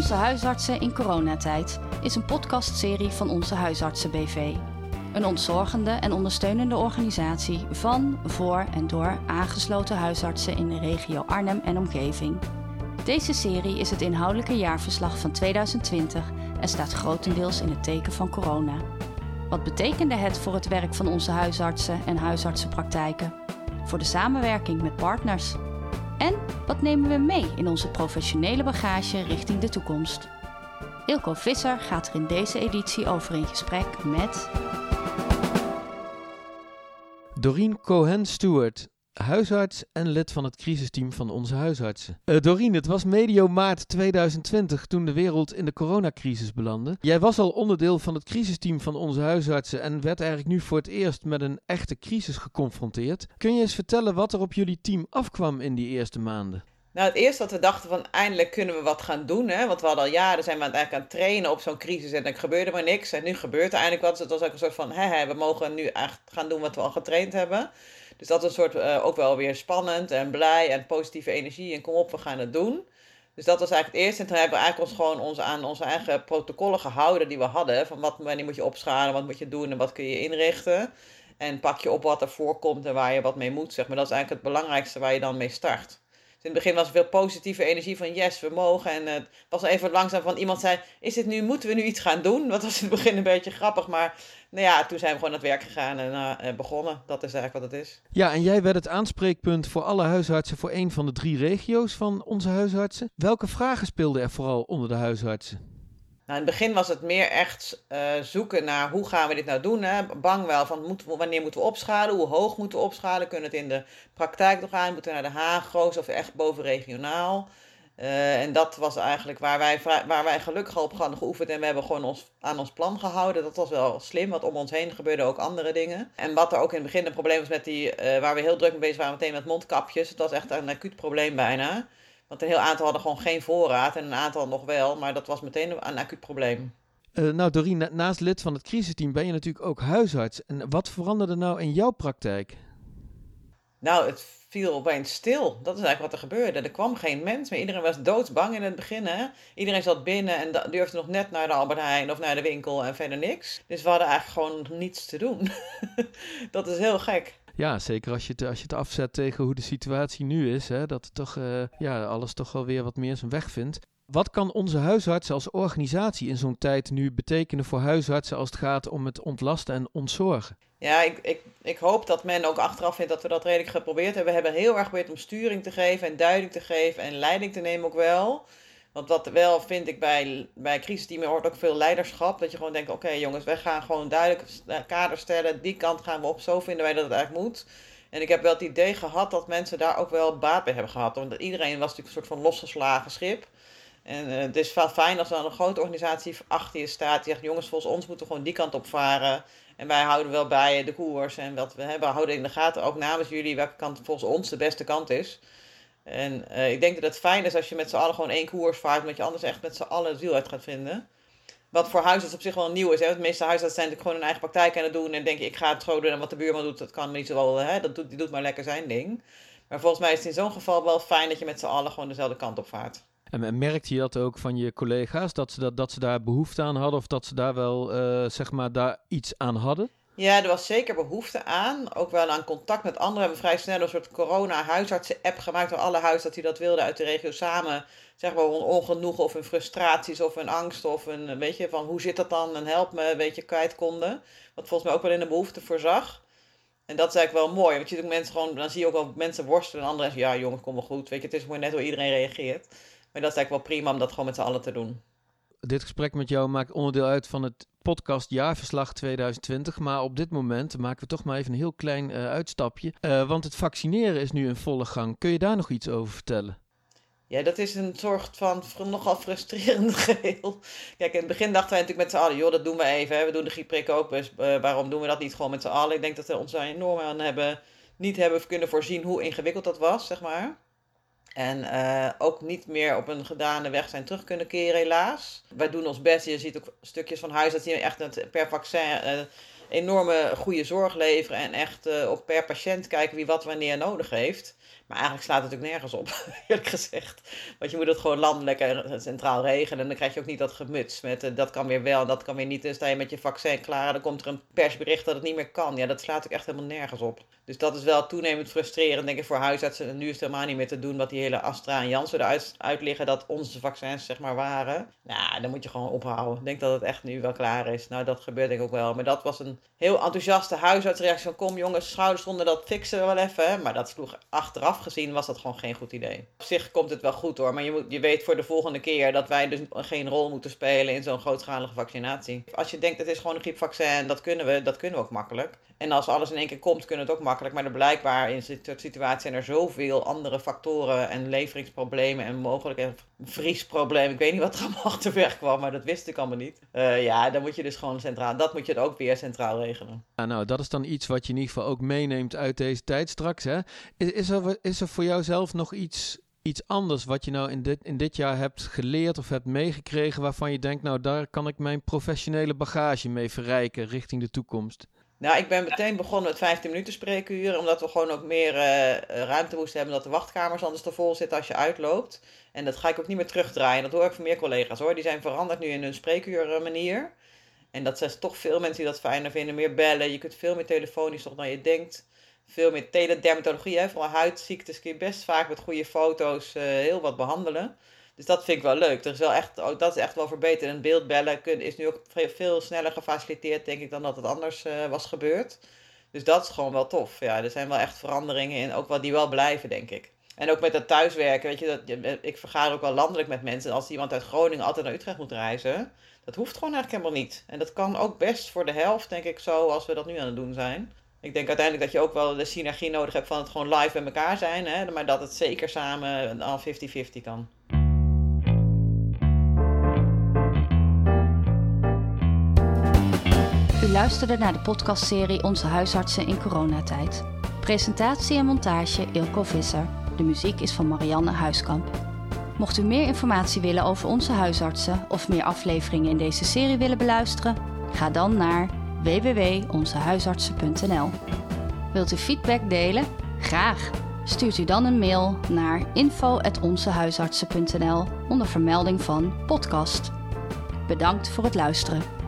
Onze huisartsen in coronatijd is een podcastserie van Onze Huisartsen BV. Een ontzorgende en ondersteunende organisatie van, voor en door aangesloten huisartsen in de regio Arnhem en omgeving. Deze serie is het inhoudelijke jaarverslag van 2020 en staat grotendeels in het teken van corona. Wat betekende het voor het werk van onze huisartsen en huisartsenpraktijken? Voor de samenwerking met partners? En wat nemen we mee in onze professionele bagage richting de toekomst? Ilko Visser gaat er in deze editie over in gesprek met Dorien Cohen-Stewart, huisarts en lid van het crisisteam van onze huisartsen. Dorien, het was medio maart 2020 toen de wereld in de coronacrisis belandde. Jij was al onderdeel van het crisisteam van onze huisartsen en werd eigenlijk nu voor het eerst met een echte crisis geconfronteerd. Kun je eens vertellen wat er op jullie team afkwam in die eerste maanden? Nou, het eerste dat we dachten van eindelijk kunnen we wat gaan doen. Hè? Want we hadden al jaren zijn we eigenlijk aan het trainen op zo'n crisis en dan gebeurde maar niks. En nu gebeurt er eindelijk wat. Dus het was ook een soort van, we mogen nu echt gaan doen wat we al getraind hebben. Dus dat is een soort ook wel weer spannend en blij en positieve energie. En kom op, we gaan het doen. Dus dat was eigenlijk het eerste. En toen hebben we eigenlijk ons gewoon aan onze eigen protocollen gehouden die we hadden. Van wanneer moet je opschalen, wat moet je doen en wat kun je inrichten. En pak je op wat er voorkomt en waar je wat mee moet, zeg maar. Dat is eigenlijk het belangrijkste waar je dan mee start. In het begin was er veel positieve energie van yes, we mogen. En het was even langzaam van iemand zei, moeten we nu iets gaan doen? Dat was in het begin een beetje grappig, maar toen zijn we gewoon aan het werk gegaan en begonnen. Dat is eigenlijk wat het is. Ja, en jij werd het aanspreekpunt voor alle huisartsen voor een van de 3 regio's van onze huisartsen. Welke vragen speelden er vooral onder de huisartsen? Nou, in het begin was het meer echt zoeken naar hoe gaan we dit nou doen. Hè? Bang wel van wanneer moeten we opschalen, hoe hoog moeten we opschalen. Kunnen we het in de praktijk nog aan, moeten we naar de Haag, groot of echt bovenregionaal. En dat was eigenlijk waar wij gelukkig al op hadden geoefend. En we hebben gewoon aan ons plan gehouden. Dat was wel slim, want om ons heen gebeurden ook andere dingen. En wat er ook in het begin een probleem was met waar we heel druk mee bezig waren meteen met mondkapjes. Het was echt een acuut probleem bijna. Want een heel aantal hadden gewoon geen voorraad en een aantal nog wel, maar dat was meteen een acuut probleem. Dorien, naast lid van het crisisteam ben je natuurlijk ook huisarts. En wat veranderde nou in jouw praktijk? Nou, het viel opeens stil. Dat is eigenlijk wat er gebeurde. Er kwam geen mens meer. Iedereen was doodsbang in het begin. Hè? Iedereen zat binnen en durfde nog net naar de Albert Heijn of naar de winkel en verder niks. Dus we hadden eigenlijk gewoon niets te doen. Dat is heel gek. Ja, zeker als je het afzet tegen hoe de situatie nu is, hè, dat het toch, alles toch wel weer wat meer zijn weg vindt. Wat kan onze huisartsen als organisatie in zo'n tijd nu betekenen voor huisartsen als het gaat om het ontlasten en ontzorgen? Ja, ik hoop dat men ook achteraf vindt dat we dat redelijk geprobeerd hebben. We hebben heel erg geprobeerd om sturing te geven en duiding te geven en leiding te nemen ook wel. Want wat wel vind ik bij crisisteamen hoort ook veel leiderschap. Dat je gewoon denkt, oké, jongens, wij gaan gewoon duidelijk kaders stellen. Die kant gaan we op, zo vinden wij dat het eigenlijk moet. En ik heb wel het idee gehad dat mensen daar ook wel baat bij hebben gehad. Want iedereen was natuurlijk een soort van losgeslagen schip. En het is wel fijn als er dan een grote organisatie achter je staat. Die zegt, jongens, volgens ons moeten we gewoon die kant op varen. En wij houden wel bij de koers. En wat we hebben, houden in de gaten, ook namens jullie, welke kant volgens ons de beste kant is. En ik denk dat het fijn is als je met z'n allen gewoon 1 koers vaart, omdat je anders echt met z'n allen het wiel uit gaat vinden. Wat voor huisartsen op zich wel nieuw is. Hè? Want de meeste huisartsen zijn natuurlijk gewoon hun eigen praktijk aan het doen. En denken, ik ga het zo doen en wat de buurman doet, dat kan niet zo wel. Hè? Die doet maar lekker zijn ding. Maar volgens mij is het in zo'n geval wel fijn dat je met z'n allen gewoon dezelfde kant op vaart. En merkte je dat ook van je collega's, dat ze daar behoefte aan hadden of dat ze daar wel, daar iets aan hadden? Ja, er was zeker behoefte aan. Ook wel aan contact met anderen. We hebben vrij snel een soort corona-huisartsen-app gemaakt door alle huisartsen die dat wilden uit de regio samen. Zeg maar hun ongenoegen of hun frustraties of hun angst of een beetje van hoe zit dat dan en help me, een beetje kwijt konden. Wat volgens mij ook wel in de behoefte voorzag. En dat is eigenlijk wel mooi, want je doet mensen gewoon, dan zie je ook wel mensen worstelen en anderen zeggen, ja jongens, kom wel goed. Weet je, het is maar net hoe iedereen reageert. Maar dat is eigenlijk wel prima om dat gewoon met z'n allen te doen. Dit gesprek met jou maakt onderdeel uit van het podcast Jaarverslag 2020. Maar op dit moment maken we toch maar even een heel klein uitstapje. Want het vaccineren is nu in volle gang. Kun je daar nog iets over vertellen? Ja, dat is een soort van nogal frustrerend geheel. Kijk, in het begin dachten wij natuurlijk met z'n allen, joh, dat doen we even. Hè. We doen de griepprik ook, dus waarom doen we dat niet gewoon met z'n allen? Ik denk dat we ons daar enorm aan niet hebben kunnen voorzien hoe ingewikkeld dat was, zeg maar. En ook niet meer op een gedane weg zijn terug kunnen keren, helaas. Wij doen ons best. Je ziet ook stukjes van huis dat je echt per vaccin enorme goede zorg leveren en echt op per patiënt kijken wie wat wanneer nodig heeft. Maar eigenlijk slaat het natuurlijk nergens op, eerlijk gezegd. Want je moet het gewoon landelijk en centraal regelen. En dan krijg je ook niet dat gemuts met dat kan weer wel en dat kan weer niet. Dan sta je met je vaccin klaar en dan komt er een persbericht dat het niet meer kan. Ja, dat slaat ook echt helemaal nergens op. Dus dat is wel toenemend frustrerend, denk ik, voor huisartsen. En nu is het helemaal niet meer te doen wat die hele Astra en Janssen eruit uitliggen, dat onze vaccins zeg maar waren. Nou, dan moet je gewoon ophouden. Ik denk dat het echt nu wel klaar is. Nou, dat gebeurt denk ik ook wel. Maar dat was een heel enthousiaste huisartsreactie van kom jongens, schouders eronder, dat fixen we wel even. Hè? Maar dat sloeg achteraf gezien was dat gewoon geen goed idee. Op zich komt het wel goed hoor, maar je weet voor de volgende keer dat wij dus geen rol moeten spelen in zo'n grootschalige vaccinatie. Als je denkt het is gewoon een griepvaccin, dat kunnen we ook makkelijk. En als alles in één keer komt, kunnen we het ook makkelijk. Maar blijkbaar in dit soort situaties zijn er zoveel andere factoren en leveringsproblemen en mogelijk een vriesprobleem. Ik weet niet wat er allemaal achterweg kwam, maar dat wist ik allemaal niet. Ja, dan moet je dus gewoon centraal, dat moet je ook weer centraal regelen. Ja, nou, dat is dan iets wat je in ieder geval ook meeneemt uit deze tijd straks, hè? Is er voor jou zelf nog iets anders wat je nou in dit jaar hebt geleerd of hebt meegekregen waarvan je denkt, nou, daar kan ik mijn professionele bagage mee verrijken richting de toekomst? Nou, ik ben meteen begonnen met 15 minuten spreekuren, omdat we gewoon ook meer ruimte moesten hebben, dat de wachtkamers anders te vol zitten als je uitloopt. En dat ga ik ook niet meer terugdraaien. Dat hoor ik van meer collega's hoor. Die zijn veranderd nu in hun spreekuurmanier. En dat zijn toch veel mensen die dat fijner vinden. Meer bellen, je kunt veel meer telefonisch toch dan je denkt. Veel meer teledermatologie, hè. Vooral huidziektes kun je best vaak met goede foto's heel wat behandelen. Dus dat vind ik wel leuk. Er is wel echt, dat is echt wel verbeterd. En beeldbellen is nu ook veel sneller gefaciliteerd, denk ik, dan dat het anders was gebeurd. Dus dat is gewoon wel tof. Ja, er zijn wel echt veranderingen in, ook wel die wel blijven, denk ik. En ook met het thuiswerken, weet je, ik vergader ook wel landelijk met mensen. Als iemand uit Groningen altijd naar Utrecht moet reizen, dat hoeft gewoon eigenlijk helemaal niet. En dat kan ook best voor de helft, denk ik, zo als we dat nu aan het doen zijn. Ik denk uiteindelijk dat je ook wel de synergie nodig hebt van het gewoon live bij elkaar zijn, hè, maar dat het zeker samen al 50-50 kan. U luisterde naar de podcastserie Onze Huisartsen in Coronatijd. Presentatie en montage Ilko Visser. De muziek is van Marianne Huiskamp. Mocht u meer informatie willen over onze huisartsen of meer afleveringen in deze serie willen beluisteren, ga dan naar www.onzehuisartsen.nl. Wilt u feedback delen? Graag! Stuurt u dan een mail naar info@onzehuisartsen.nl onder vermelding van podcast. Bedankt voor het luisteren.